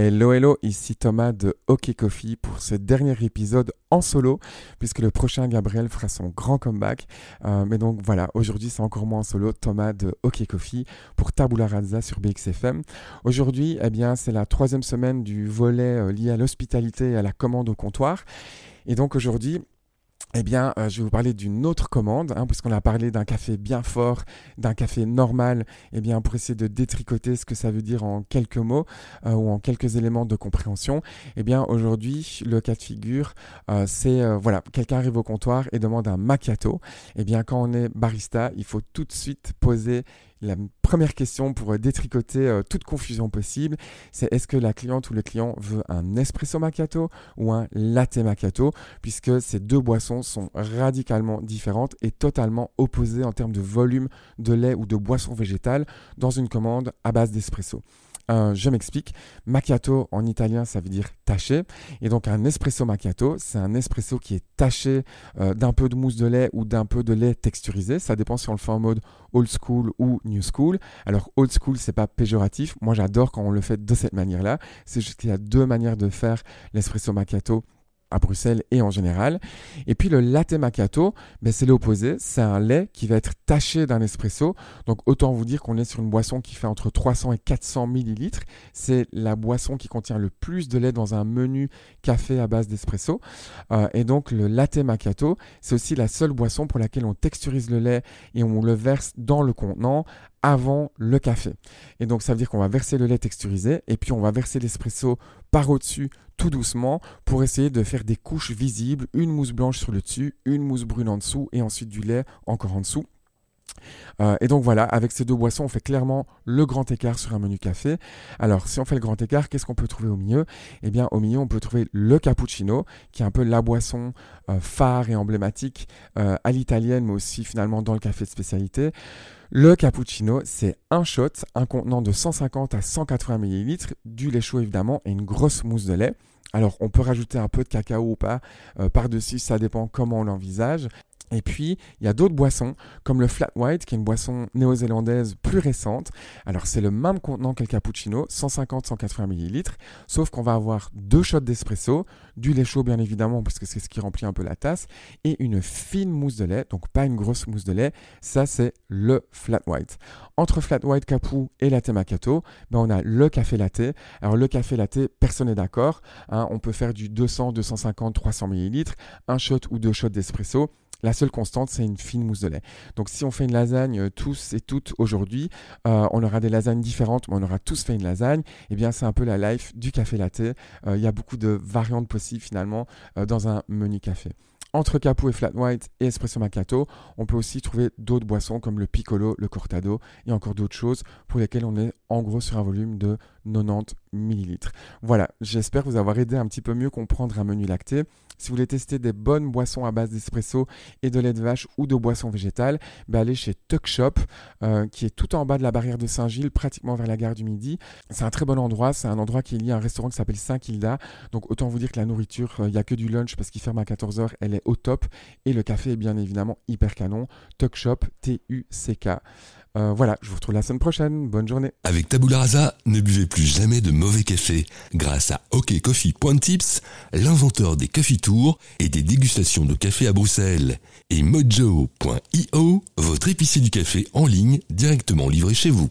Hello, hello, ici Thomas de OK Coffee pour ce dernier épisode en solo, puisque le prochain Gabriel fera son grand comeback. Mais donc voilà, aujourd'hui c'est encore moi en solo, Thomas de OK Coffee pour Tabula Rasa sur BXFM. Aujourd'hui, eh bien, c'est la 3e semaine du volet lié à l'hospitalité et à la commande au comptoir. Et donc aujourd'hui, je vais vous parler d'une autre commande, puisqu'on a parlé d'un café bien fort, d'un café normal, pour essayer de détricoter ce que ça veut dire en quelques mots ou en quelques éléments de compréhension. Aujourd'hui, le cas de figure, c'est quelqu'un arrive au comptoir et demande un macchiato. Quand on est barista, il faut tout de suite poser la première question pour détricoter toute confusion possible, c'est est-ce que la cliente ou le client veut un espresso macchiato ou un latte macchiato, puisque ces deux boissons sont radicalement différentes et totalement opposées en termes de volume de lait ou de boisson végétale dans une commande à base d'espresso. Je m'explique. Macchiato en italien, ça veut dire taché. Et donc un espresso macchiato, c'est un espresso qui est taché d'un peu de mousse de lait ou d'un peu de lait texturisé. Ça dépend si on le fait en mode old school ou new school. Alors old school, c'est pas péjoratif. Moi, j'adore quand on le fait de cette manière-là. C'est juste qu'il y a deux manières de faire l'espresso macchiato à Bruxelles et en général. Et puis le latte macchiato, c'est l'opposé. C'est un lait qui va être taché d'un espresso. Donc autant vous dire qu'on est sur une boisson qui fait entre 300 et 400 millilitres. C'est la boisson qui contient le plus de lait dans un menu café à base d'espresso. Et donc le latte macchiato, c'est aussi la seule boisson pour laquelle on texturise le lait et on le verse dans le contenant avant le café. Et donc ça veut dire qu'on va verser le lait texturisé et puis on va verser l'espresso par au-dessus tout doucement pour essayer de faire des couches visibles, une mousse blanche sur le dessus, une mousse brune en dessous et ensuite du lait encore en dessous. Et donc voilà, avec ces deux boissons, on fait clairement le grand écart sur un menu café. Alors, si on fait le grand écart, qu'est-ce qu'on peut trouver au milieu ? Au milieu, on peut trouver le cappuccino, qui est un peu la boisson phare et emblématique à l'italienne, mais aussi finalement dans le café de spécialité. Le cappuccino, c'est un shot, un contenant de 150 à 180 ml, du lait chaud évidemment, et une grosse mousse de lait. Alors, on peut rajouter un peu de cacao ou pas par-dessus, ça dépend comment on l'envisage. Et puis, il y a d'autres boissons, comme le flat white, qui est une boisson néo-zélandaise plus récente. Alors, c'est le même contenant que le cappuccino, 150-180 ml, sauf qu'on va avoir 2 shots d'espresso, du lait chaud bien évidemment, parce que c'est ce qui remplit un peu la tasse, et une fine mousse de lait, donc pas une grosse mousse de lait. Ça, c'est le flat white. Entre flat white capou et latte macchiato, on a le café latte. Alors, le café latte, personne n'est d'accord. On peut faire du 200, 250, 300 ml, un shot ou 2 shots d'espresso. La seule constante, c'est une fine mousse de lait. Donc, si on fait une lasagne tous et toutes aujourd'hui, on aura des lasagnes différentes, mais on aura tous fait une lasagne. C'est un peu la life du café latte. Il y a beaucoup de variantes possibles finalement dans un menu café. Entre capou et flat white et espresso macchiato, on peut aussi trouver d'autres boissons comme le piccolo, le cortado et encore d'autres choses pour lesquelles on est en gros sur un volume de 90 ml. Voilà, j'espère vous avoir aidé un petit peu mieux comprendre un menu lacté. Si vous voulez tester des bonnes boissons à base d'espresso et de lait de vache ou de boissons végétales, allez chez Tuck Shop, qui est tout en bas de la barrière de Saint-Gilles, pratiquement vers la gare du Midi. C'est un très bon endroit, c'est un endroit qui est lié à un restaurant qui s'appelle Saint-Kilda. Donc autant vous dire que la nourriture, il n'y a que du lunch parce qu'il ferme à 14h, elle est au top. Et le café est bien évidemment hyper canon. Tuck Shop, Tuck. Voilà, je vous retrouve la semaine prochaine. Bonne journée. Avec Tabula Rasa, ne buvez plus jamais de mauvais café grâce à OKCoffee.tips, l'inventeur des coffee tours et des dégustations de café à Bruxelles, et Mojo.io, votre épicier du café en ligne directement livré chez vous.